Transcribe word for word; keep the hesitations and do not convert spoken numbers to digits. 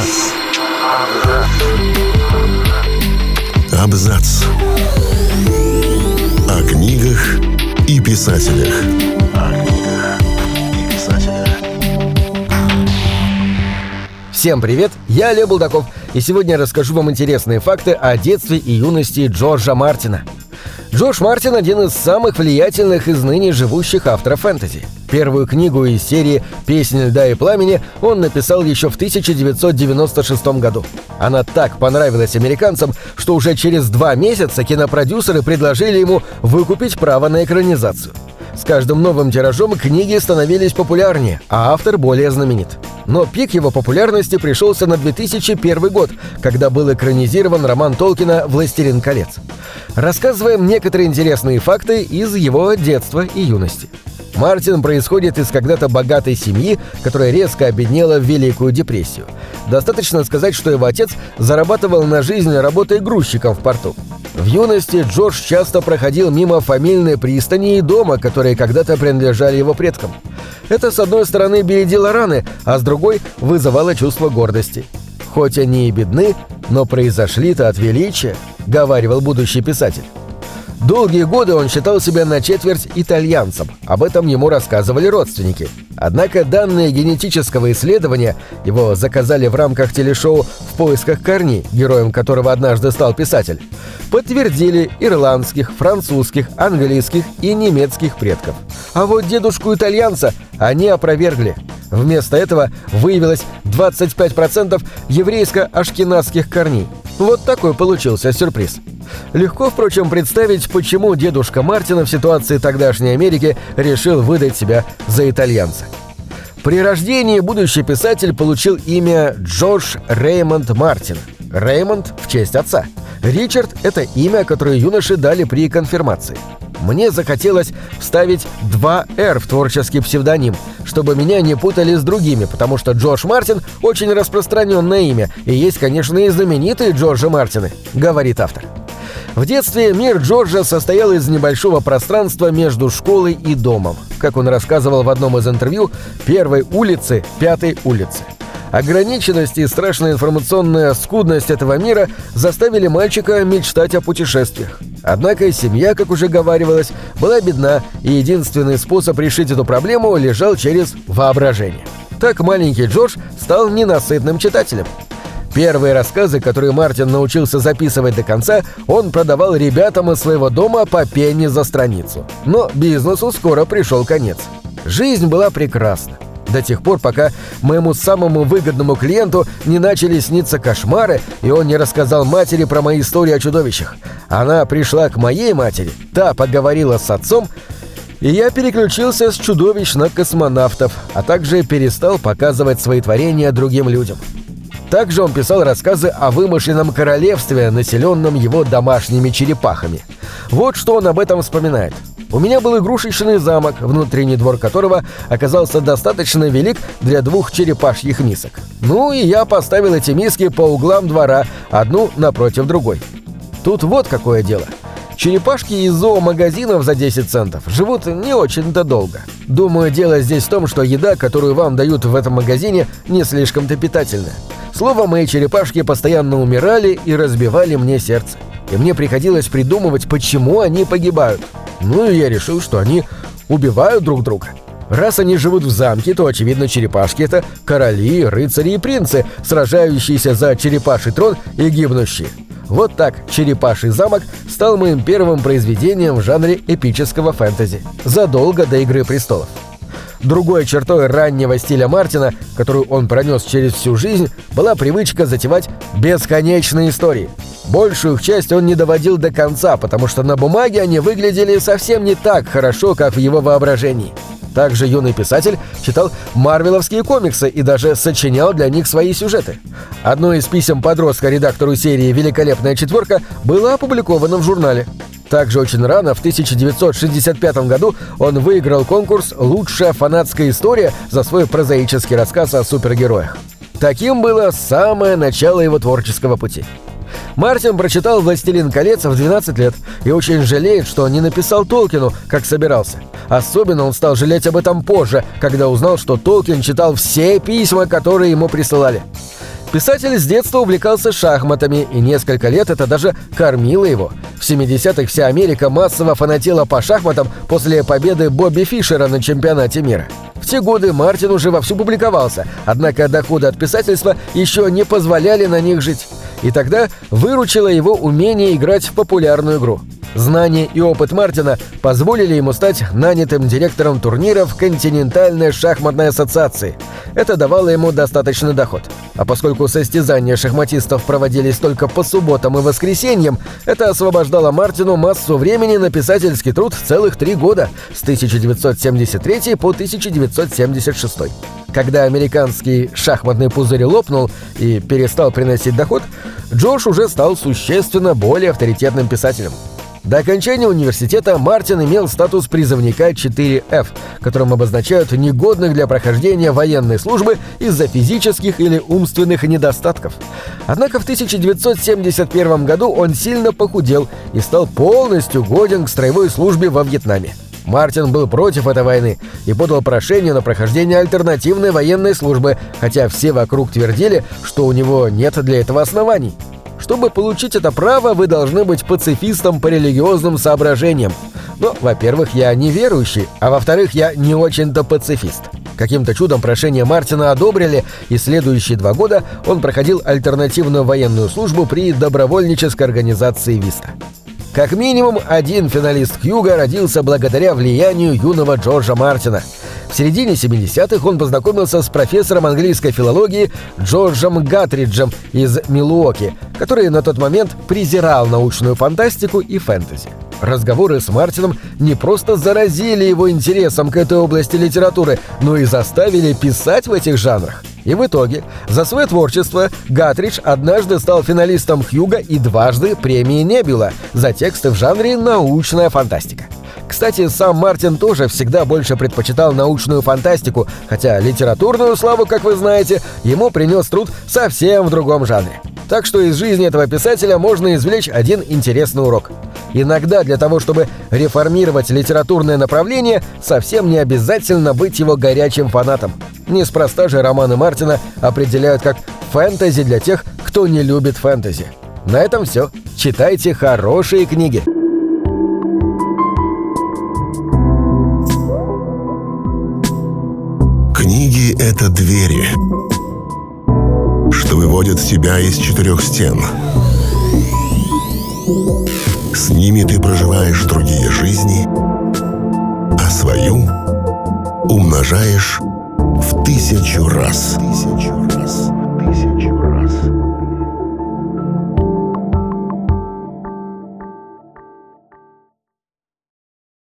Абзац. Абзац. О книгах и писателях. О книгах и писателях. Всем привет, я Олег Булдаков, и сегодня я расскажу вам интересные факты о детстве и юности Джорджа Мартина. Джордж Мартин – один из самых влиятельных из ныне живущих авторов фэнтези. Первую книгу из серии «Песнь льда и пламени» он написал еще в тысяча девятьсот девяносто шестом году. Она так понравилась американцам, что уже через два месяца кинопродюсеры предложили ему выкупить право на экранизацию. С каждым новым тиражом книги становились популярнее, а автор более знаменит. Но пик его популярности пришелся на две тысячи первый год, когда был экранизирован роман Толкина «Властелин колец». Рассказываем некоторые интересные факты из его детства и юности. Мартин происходит из когда-то богатой семьи, которая резко обеднела в Великую депрессию. Достаточно сказать, что его отец зарабатывал на жизнь, работая грузчиком в порту. В юности Джордж часто проходил мимо фамильной пристани и дома, которые когда-то принадлежали его предкам. Это, с одной стороны, бередило раны, а с другой – вызывало чувство гордости. «Хоть они и бедны, но произошли-то от величия», – говаривал будущий писатель. Долгие годы он считал себя на четверть итальянцем, об этом ему рассказывали родственники. Однако данные генетического исследования, его заказали в рамках телешоу «В поисках корней», героем которого однажды стал писатель, подтвердили ирландских, французских, английских и немецких предков. А вот дедушку-итальянца они опровергли. Вместо этого выявилось двадцать пять процентов еврейско-ашкеназских корней. Вот такой получился сюрприз. Легко, впрочем, представить, почему дедушка Мартина в ситуации тогдашней Америки решил выдать себя за итальянца. При рождении будущий писатель получил имя Джордж Реймонд Мартин. Реймонд в честь отца. Ричард – это имя, которое юноше дали при конфирмации. Мне захотелось вставить два «эр» в творческий псевдоним, чтобы меня не путали с другими, потому что Джордж Мартин – очень распространенное имя, и есть, конечно, и знаменитые Джорджи Мартины, говорит автор. В детстве мир Джорджа состоял из небольшого пространства между школой и домом. Как он рассказывал в одном из интервью, первой улицы, пятой улицы. Ограниченность и страшная информационная скудность этого мира заставили мальчика мечтать о путешествиях. Однако семья, как уже говаривалось, была бедна, и единственный способ решить эту проблему лежал через воображение. Так маленький Джордж стал ненасытным читателем. Первые рассказы, которые Мартин научился записывать до конца, он продавал ребятам из своего дома по пенни за страницу. Но бизнесу скоро пришел конец. Жизнь была прекрасна. До тех пор, пока моему самому выгодному клиенту не начали сниться кошмары, и он не рассказал матери про мои истории о чудовищах. Она пришла к моей матери, та поговорила с отцом, и я переключился с чудовищ на космонавтов, а также перестал показывать свои творения другим людям. Также он писал рассказы о вымышленном королевстве, населенном его домашними черепахами. Вот что он об этом вспоминает. «У меня был игрушечный замок, внутренний двор которого оказался достаточно велик для двух черепашьих мисок. Ну и я поставил эти миски по углам двора, одну напротив другой. Тут вот какое дело. Черепашки из зоомагазинов за десять центов живут не очень-то долго. Думаю, дело здесь в том, что еда, которую вам дают в этом магазине, не слишком-то питательная. Словом, мои черепашки постоянно умирали и разбивали мне сердце. И мне приходилось придумывать, почему они погибают. Ну и я решил, что они убивают друг друга. Раз они живут в замке, то, очевидно, черепашки — это короли, рыцари и принцы, сражающиеся за черепаший трон и гибнущие. Вот так «Черепаший замок» стал моим первым произведением в жанре эпического фэнтези, задолго до «Игры престолов». Другой чертой раннего стиля Мартина, которую он пронес через всю жизнь, была привычка затевать бесконечные истории. Большую их часть он не доводил до конца, потому что на бумаге они выглядели совсем не так хорошо, как в его воображении. Также юный писатель читал марвеловские комиксы и даже сочинял для них свои сюжеты. Одно из писем подростка редактору серии «Великолепная четверка» было опубликовано в журнале. Также очень рано, в тысяча девятьсот шестьдесят пятом году, он выиграл конкурс «Лучшая фанатская история» за свой прозаический рассказ о супергероях. Таким было самое начало его творческого пути. Мартин прочитал «Властелин колец» в двенадцать лет и очень жалеет, что не написал Толкину, как собирался. Особенно он стал жалеть об этом позже, когда узнал, что Толкин читал все письма, которые ему присылали. Писатель с детства увлекался шахматами, и несколько лет это даже кормило его. В семидесятых вся Америка массово фанатела по шахматам после победы Бобби Фишера на чемпионате мира. В те годы Мартин уже вовсю публиковался, однако доходы от писательства еще не позволяли на них жить. И тогда выручило его умение играть в популярную игру. Знания и опыт Мартина позволили ему стать нанятым директором турниров Континентальной шахматной ассоциации. Это давало ему достаточный доход. А поскольку состязания шахматистов проводились только по субботам и воскресеньям, это освобождало Мартину массу времени на писательский труд целых три года, с тысяча девятьсот семьдесят третьего по тысяча девятьсот семьдесят шестой. Когда американский шахматный пузырь лопнул и перестал приносить доход, Джордж уже стал существенно более авторитетным писателем. До окончания университета Мартин имел статус призывника четыре эф, которым обозначают негодных для прохождения военной службы из-за физических или умственных недостатков. Однако в тысяча девятьсот семьдесят первом году он сильно похудел и стал полностью годен к строевой службе во Вьетнаме. Мартин был против этой войны и подал прошение на прохождение альтернативной военной службы, хотя все вокруг твердили, что у него нет для этого оснований. Чтобы получить это право, вы должны быть пацифистом по религиозным соображениям. Но, во-первых, я не верующий, а во-вторых, я не очень-то пацифист. Каким-то чудом прошение Мартина одобрили, и следующие два года он проходил альтернативную военную службу при добровольнической организации Виста. Как минимум один финалист Хьюга родился благодаря влиянию юного Джорджа Мартина. В середине семидесятых он познакомился с профессором английской филологии Джорджем Гатриджем из Милуоки, который на тот момент презирал научную фантастику и фэнтези. Разговоры с Мартином не просто заразили его интересом к этой области литературы, но и заставили писать в этих жанрах. И в итоге за свое творчество Гатридж однажды стал финалистом Хьюга и дважды премии Небюла за тексты в жанре научная фантастика. Кстати, сам Мартин тоже всегда больше предпочитал научную фантастику, хотя литературную славу, как вы знаете, ему принес труд совсем в другом жанре. Так что из жизни этого писателя можно извлечь один интересный урок. Иногда для того, чтобы реформировать литературное направление, совсем не обязательно быть его горячим фанатом. Неспроста же романы Мартина определяют как фэнтези для тех, кто не любит фэнтези. На этом все. Читайте хорошие книги. Книги — это двери, что выводят тебя из четырех стен. С ними ты проживаешь другие жизни, а свою умножаешь в тысячу раз. Тысячу.